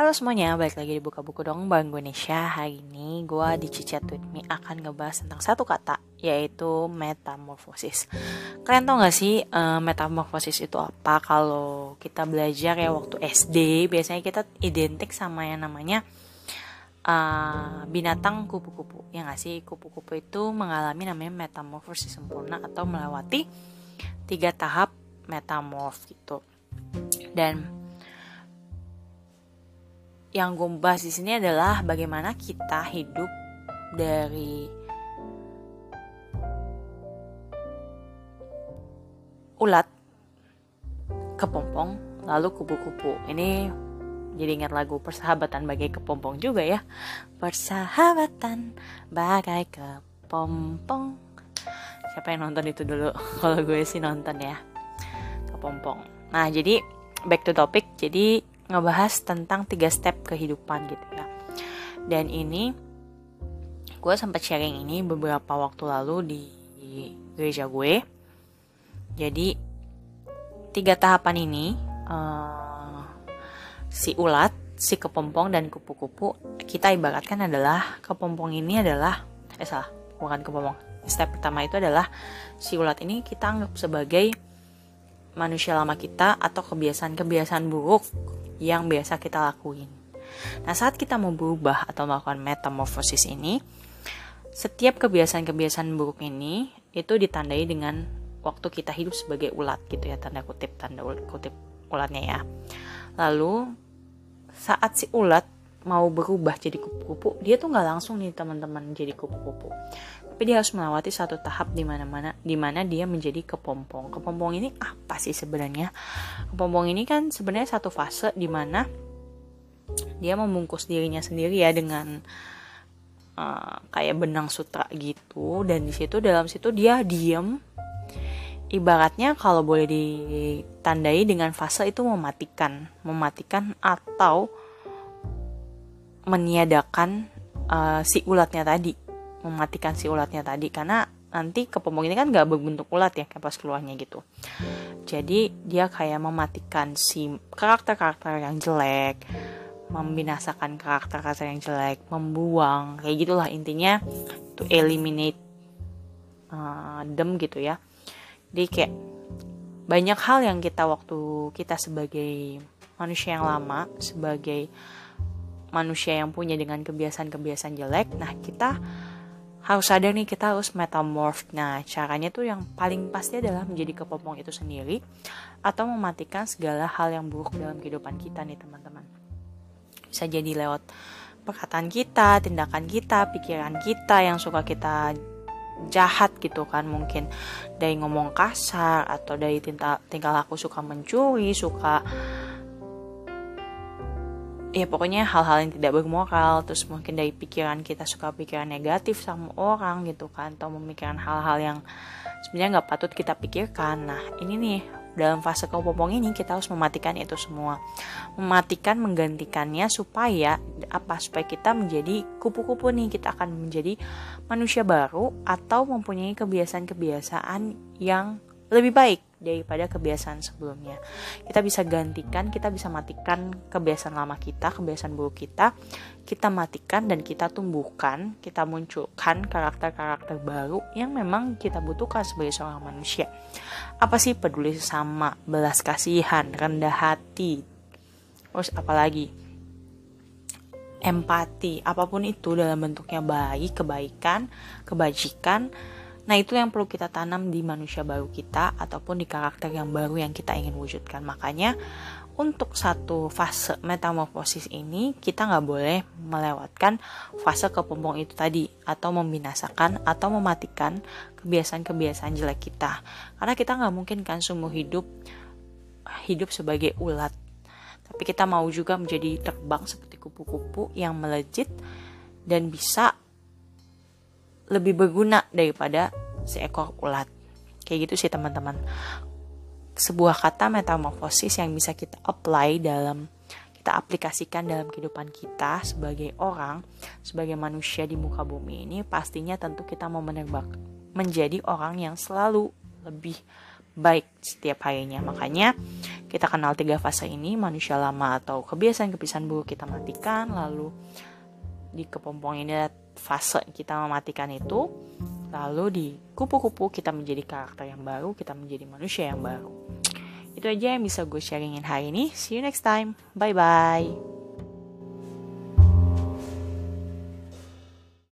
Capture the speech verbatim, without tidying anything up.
Halo semuanya, balik lagi di Buka Buku Dong Bang Indonesia. Hari ini gue di Cicet With Me akan ngebahas tentang satu kata, yaitu metamorfosis. Kalian tau gak sih uh, metamorfosis itu apa? Kalau kita belajar ya waktu S D, biasanya kita identik sama yang namanya uh, binatang kupu-kupu. Ya gak sih? Kupu-kupu itu mengalami namanya metamorfosis sempurna atau melewati tiga tahap metamorf gitu. Dan yang gue bahas di sini adalah bagaimana kita hidup dari ulat, kepompong, lalu kupu-kupu. Ini jadi ingat lagu Persahabatan Bagai Kepompong juga ya. Persahabatan bagai kepompong. Siapa yang nonton itu dulu? Kalau gue sih nonton ya, Kepompong. Nah, jadi back to topic. Jadi ngebahas tentang tiga step kehidupan gitu ya. Dan ini gue sempat sharing ini beberapa waktu lalu di gereja gue. Jadi tiga tahapan ini uh, si ulat, si kepompong dan kupu-kupu kita ibaratkan adalah kepompong ini adalah eh salah bukan kepompong. Step pertama itu adalah si ulat ini kita anggap sebagai manusia lama kita atau kebiasaan-kebiasaan buruk yang biasa kita lakuin. Nah, saat kita mau berubah atau melakukan metamorfosis ini, setiap kebiasaan-kebiasaan buruk ini itu ditandai dengan waktu kita hidup sebagai ulat gitu ya, tanda kutip tanda kutip ulatnya ya. Lalu saat si ulat mau berubah jadi kupu-kupu, dia tuh nggak langsung nih teman-teman jadi kupu-kupu, tapi dia harus melewati satu tahap di mana-mana, di mana dia menjadi kepompong. Kepompong ini apa sih sebenarnya? Kepompong ini kan sebenarnya satu fase di mana dia membungkus dirinya sendiri ya dengan uh, kayak benang sutra gitu, dan di situ dalam situ dia diem. Ibaratnya kalau boleh ditandai dengan fase itu mematikan, mematikan atau meniadakan uh, si ulatnya tadi, mematikan si ulatnya tadi, karena nanti kepompong ini kan nggak berbentuk ulat ya kayak pas keluarnya gitu. Jadi dia kayak mematikan si karakter-karakter yang jelek, membinasakan karakter-karakter yang jelek, membuang kayak gitulah intinya, to eliminate uh, them gitu ya. Jadi kayak banyak hal yang kita waktu kita sebagai manusia yang lama, sebagai manusia yang punya dengan kebiasaan-kebiasaan jelek, nah kita harus sadar nih, kita harus metamorph. Nah, caranya tuh yang paling pasti adalah menjadi kepompong itu sendiri atau mematikan segala hal yang buruk dalam kehidupan kita nih teman-teman. Bisa jadi lewat perkataan kita, tindakan kita, pikiran kita yang suka kita jahat gitu kan, mungkin dari ngomong kasar atau dari tingkah, tingkah laku suka mencuri, suka ya pokoknya hal-hal yang tidak bermoral. Terus mungkin dari pikiran kita suka pikiran negatif sama orang gitu kan, atau memikirkan hal-hal yang sebenarnya nggak patut kita pikirkan. Nah ini nih dalam fase kepompong ini kita harus mematikan itu semua, mematikan, menggantikannya supaya apa? Supaya kita menjadi kupu-kupu nih, kita akan menjadi manusia baru atau mempunyai kebiasaan-kebiasaan yang lebih baik daripada kebiasaan sebelumnya. Kita bisa gantikan, kita bisa matikan kebiasaan lama kita, kebiasaan buruk kita, kita matikan dan kita tumbuhkan, kita munculkan karakter-karakter baru yang memang kita butuhkan sebagai seorang manusia. Apa sih? Peduli sesama, belas kasihan, rendah hati, terus apalagi empati, apapun itu dalam bentuknya baik, kebaikan, kebajikan. Nah itu yang perlu kita tanam di manusia baru kita ataupun di karakter yang baru yang kita ingin wujudkan. Makanya untuk satu fase metamorfosis ini kita gak boleh melewatkan fase kepompong itu tadi, atau membinasakan atau mematikan kebiasaan-kebiasaan jelek kita. Karena kita gak mungkin kan seumur hidup hidup sebagai ulat, tapi kita mau juga menjadi terbang seperti kupu-kupu yang melejit dan bisa lebih berguna daripada seekor ulat. Kayak gitu sih teman-teman. Sebuah kata metamorfosis yang bisa kita apply dalam, kita aplikasikan dalam kehidupan kita sebagai orang, sebagai manusia di muka bumi ini, pastinya tentu kita mau menerbang menjadi orang yang selalu lebih baik setiap harinya. Makanya kita kenal tiga fase ini, manusia lama atau kebiasaan-kebiasaan buruk kita matikan, lalu di kepompong ini fase kita mematikan itu, lalu di kupu-kupu kita menjadi karakter yang baru, kita menjadi manusia yang baru. Itu aja yang bisa gue sharingin hari ini. See you next time. Bye-bye.